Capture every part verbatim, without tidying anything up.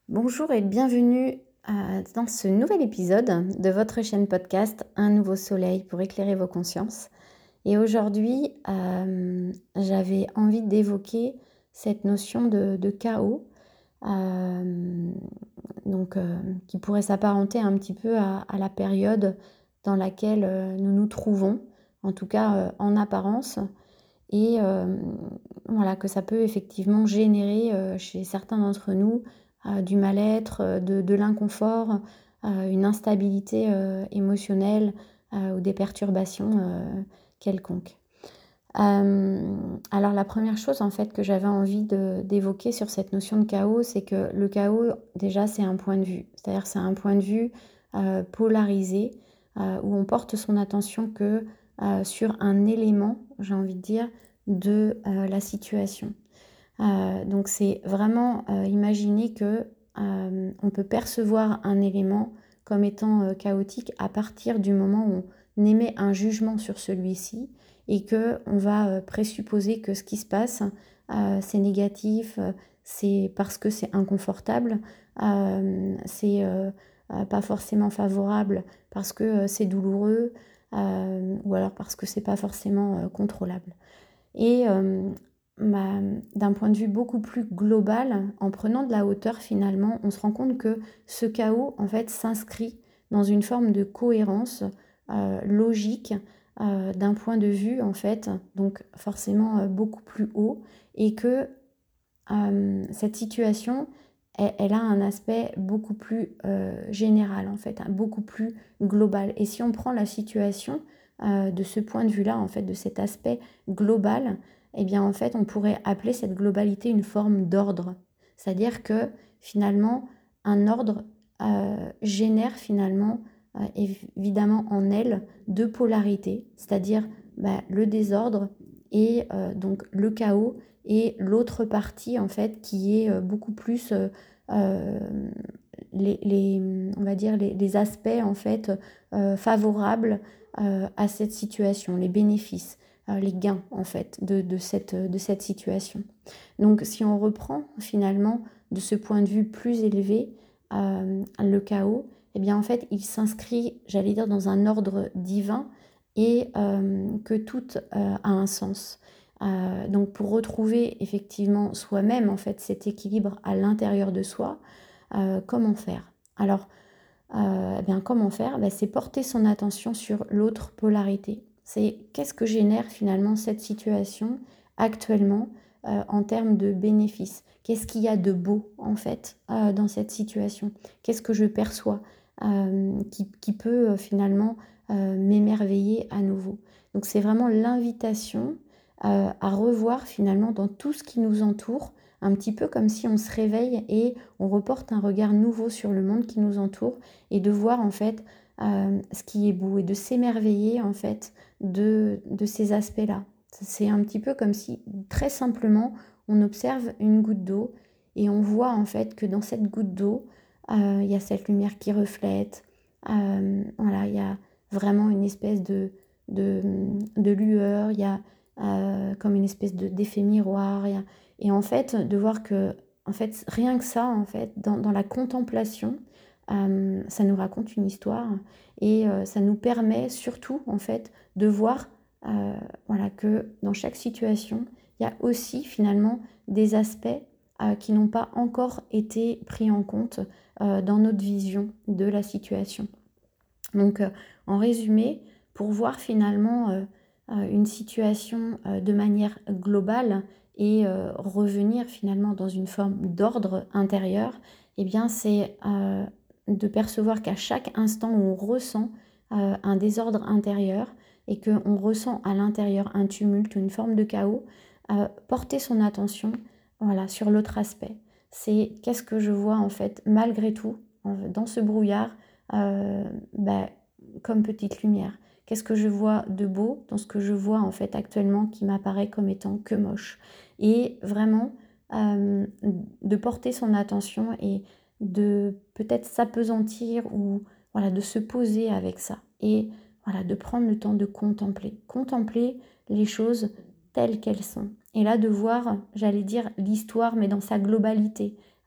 Bonjour et bienvenue euh, dans ce nouvel épisode de votre chaîne podcast Un nouveau soleil pour éclairer vos consciences. Et aujourd'hui, euh, j'avais envie d'évoquer cette notion de, de chaos, euh, donc, euh, qui pourrait s'apparenter un petit peu à, à la période dans laquelle euh, nous nous trouvons, en tout cas euh, en apparence, et euh, voilà, que ça peut effectivement générer euh, chez certains d'entre nous euh, du mal-être, euh, de, de l'inconfort, euh, une instabilité euh, émotionnelle euh, ou des perturbations euh, quelconques. Euh, alors la première chose en fait que j'avais envie de, d'évoquer sur cette notion de chaos, c'est que le chaos déjà c'est un point de vue, c'est-à-dire c'est un point de vue euh, polarisé euh, où on porte son attention que euh, sur un élément, j'ai envie de dire, de euh, la situation. Euh, donc c'est vraiment euh, imaginer que euh, on peut percevoir un élément comme étant euh, chaotique à partir du moment où on émet un jugement sur celui-ci et que on va euh, présupposer que ce qui se passe euh, c'est négatif, euh, c'est parce que c'est inconfortable, euh, c'est euh, euh, pas forcément favorable parce que euh, c'est douloureux euh, ou alors parce que c'est pas forcément euh, contrôlable. Et euh, bah, d'un point de vue beaucoup plus global, en prenant de la hauteur finalement, on se rend compte que ce chaos en fait s'inscrit dans une forme de cohérence euh, logique euh, d'un point de vue en fait, donc forcément euh, beaucoup plus haut, et que euh, cette situation, elle, elle, a un aspect beaucoup plus euh, général en fait, hein, beaucoup plus global. Et si on prend la situation euh, de ce point de vue-là, en fait, de cet aspect global, eh bien en fait, on pourrait appeler cette globalité une forme d'ordre. C'est-à-dire que finalement, un ordre euh, génère finalement euh, évidemment en elle deux polarités, c'est-à-dire bah, le désordre et euh, donc le chaos, et l'autre partie en fait qui est euh, beaucoup plus euh, euh, les, les, on va dire les, les aspects en fait euh, favorables euh, à cette situation, les bénéfices, euh, les gains en fait de, de, cette, de cette situation. Donc si on reprend finalement de ce point de vue plus élevé euh, le chaos, eh bien en fait il s'inscrit, j'allais dire, dans un ordre divin et euh, que tout euh, a un sens. Euh, donc pour retrouver effectivement soi-même en fait cet équilibre à l'intérieur de soi, euh, comment faire? Alors, euh, eh bien comment faire? Ben, c'est porter son attention sur l'autre polarité. C'est qu'est-ce que génère finalement cette situation actuellement euh, en termes de bénéfices? Qu'est-ce qu'il y a de beau en fait euh, dans cette situation? Qu'est-ce que je perçois euh, qui, qui peut euh, finalement euh, m'émerveiller à nouveau? Donc c'est vraiment l'invitation euh, à revoir finalement dans tout ce qui nous entoure, un petit peu comme si on se réveille et on reporte un regard nouveau sur le monde qui nous entoure et de voir en fait euh, ce qui est beau et de s'émerveiller en fait de, de ces aspects-là. C'est un petit peu comme si très simplement on observe une goutte d'eau et on voit en fait que dans cette goutte d'eau euh, il y a cette lumière qui reflète, euh, voilà, il y a vraiment une espèce de, de, de lueur, il y a euh, comme une espèce de, d'effet miroir, il y a, et en fait de voir que en fait rien que ça en fait dans, dans la contemplation euh, ça nous raconte une histoire et euh, ça nous permet surtout en fait de voir euh, voilà, que dans chaque situation il y a aussi finalement des aspects euh, qui n'ont pas encore été pris en compte euh, dans notre vision de la situation. Donc euh, en résumé, pour voir finalement euh, euh, une situation euh, de manière globale et euh, revenir finalement dans une forme d'ordre intérieur, eh bien c'est euh, de percevoir qu'à chaque instant où on ressent euh, un désordre intérieur et qu'on ressent à l'intérieur un tumulte, une forme de chaos, euh, porter son attention voilà, sur l'autre aspect. C'est qu'est-ce que je vois en fait malgré tout dans ce brouillard euh, bah, comme petite lumière. Qu'est-ce que je vois de beau dans ce que je vois en fait actuellement qui m'apparaît comme étant que moche. Et vraiment euh, de porter son attention et de peut-être s'apesantir ou voilà, de se poser avec ça. Et voilà, de prendre le temps de contempler. Contempler les choses telles qu'elles sont. Et là de voir, j'allais dire, l'histoire mais dans sa globalité.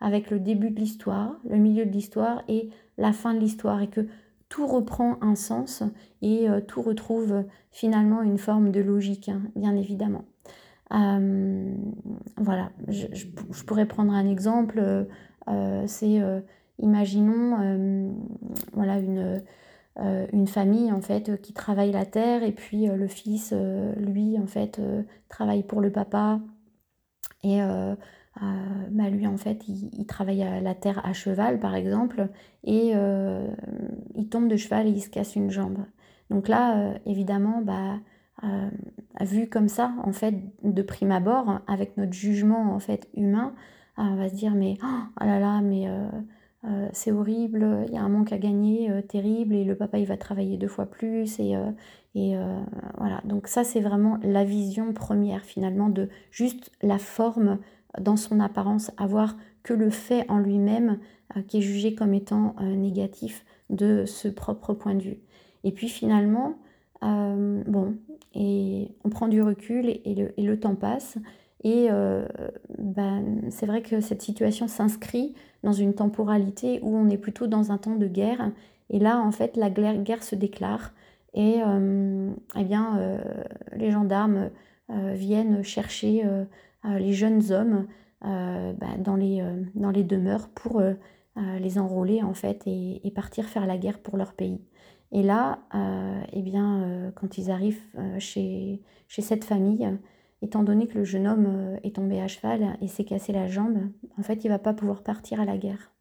avec le début de l'histoire, le milieu de l'histoire et la fin de l'histoire, et que tout reprend un sens et euh, tout retrouve euh, finalement une forme de logique, hein, bien évidemment. Euh, voilà, je, je, je pourrais prendre un exemple, euh, euh, c'est, euh, imaginons, euh, voilà, une, euh, une famille en fait qui travaille la terre, et puis euh, le fils, euh, lui, en fait, euh, travaille pour le papa, et euh, euh, bah, lui, en fait, il, il travaille à la terre à cheval, par exemple, et euh, il tombe de cheval et il se casse une jambe. Donc là, euh, évidemment, bah, euh, vu comme ça, en fait, de prime abord, avec notre jugement en fait humain, euh, on va se dire mais oh oh là là, mais euh, euh, c'est horrible, il y a un manque à gagner euh, terrible, et le papa il va travailler deux fois plus, et, euh, et euh, voilà. Donc ça, c'est vraiment la vision première finalement de juste la forme dans son apparence, avoir que le fait en lui-même euh, qui est jugé comme étant euh, négatif de ce propre point de vue. Et puis finalement, euh, bon, et on prend du recul, et, et, le, et le temps passe, et euh, ben, c'est vrai que cette situation s'inscrit dans une temporalité où on est plutôt dans un temps de guerre, et là en fait la guerre, guerre se déclare, et euh, eh bien euh, les gendarmes euh, viennent chercher euh, euh, les jeunes hommes euh, bah, dans, les, euh, dans les demeures pour euh, euh, les enrôler en fait, et, et partir faire la guerre pour leur pays. Et là, euh, eh bien, euh, quand ils arrivent euh, chez, chez cette famille, étant donné que le jeune homme euh, est tombé à cheval et s'est cassé la jambe, en fait, il ne va pas pouvoir partir à la guerre.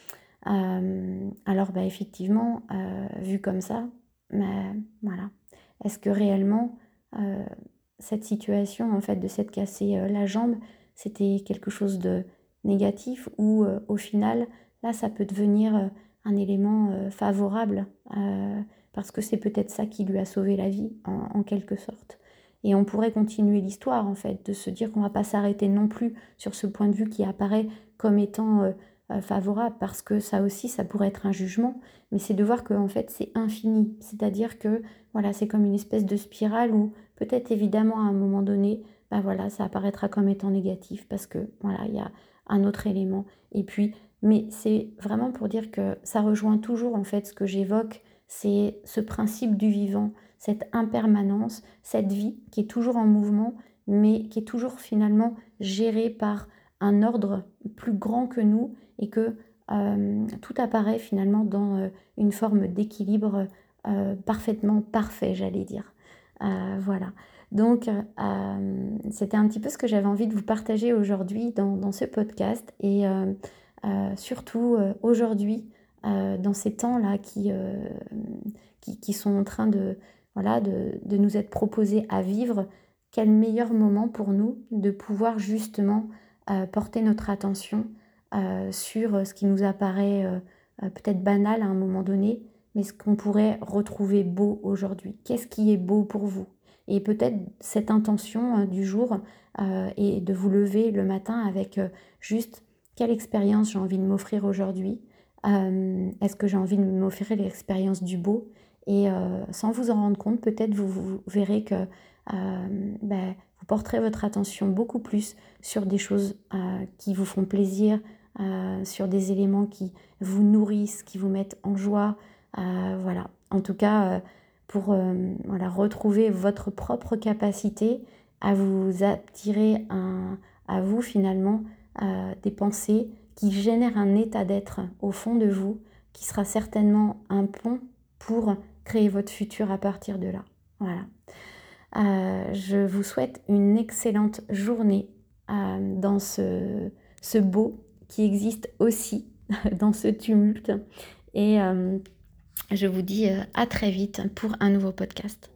Euh, alors, bah, effectivement, euh, vu comme ça, bah, voilà. Est-ce que réellement, euh, cette situation, en fait, de s'être cassé euh, la jambe, c'était quelque chose de négatif, ou euh, au final, là, ça peut devenir euh, un élément euh, favorable, euh, parce que c'est peut-être ça qui lui a sauvé la vie, en, en quelque sorte. Et on pourrait continuer l'histoire, en fait, de se dire qu'on ne va pas s'arrêter non plus sur ce point de vue qui apparaît comme étant euh, euh, favorable, parce que ça aussi, ça pourrait être un jugement, mais c'est de voir que en fait, c'est infini. C'est-à-dire que voilà, c'est comme une espèce de spirale où peut-être évidemment à un moment donné, ben voilà, ça apparaîtra comme étant négatif parce que voilà, il y a un autre élément. Et puis, mais c'est vraiment pour dire que ça rejoint toujours en fait ce que j'évoque, c'est ce principe du vivant, cette impermanence, cette vie qui est toujours en mouvement, mais qui est toujours finalement gérée par un ordre plus grand que nous, et que euh, tout apparaît finalement dans euh, une forme d'équilibre euh, parfaitement parfait, j'allais dire. Euh, voilà. Donc, euh, c'était un petit peu ce que j'avais envie de vous partager aujourd'hui dans, dans ce podcast. Et euh, euh, surtout euh, aujourd'hui, euh, dans ces temps-là qui, euh, qui, qui sont en train de, voilà, de, de nous être proposés à vivre, quel meilleur moment pour nous de pouvoir justement euh, porter notre attention euh, sur ce qui nous apparaît euh, euh, peut-être banal à un moment donné, mais ce qu'on pourrait retrouver beau aujourd'hui. Qu'est-ce qui est beau pour vous? Et peut-être cette intention euh, du jour euh, est de vous lever le matin avec euh, juste quelle expérience j'ai envie de m'offrir aujourd'hui. Euh, est-ce que j'ai envie de m'offrir l'expérience du beau? Et euh, sans vous en rendre compte, peut-être vous, vous verrez que euh, ben, vous porterez votre attention beaucoup plus sur des choses euh, qui vous font plaisir, euh, sur des éléments qui vous nourrissent, qui vous mettent en joie. Euh, voilà. En tout cas, euh, pour euh, voilà, retrouver votre propre capacité à vous attirer un, à vous finalement euh, des pensées qui génèrent un état d'être au fond de vous, qui sera certainement un pont pour créer votre futur à partir de là. Voilà. Euh, je vous souhaite une excellente journée euh, dans ce, ce beau qui existe aussi dans ce tumulte. Et euh, je vous dis euh, à très vite pour un nouveau podcast.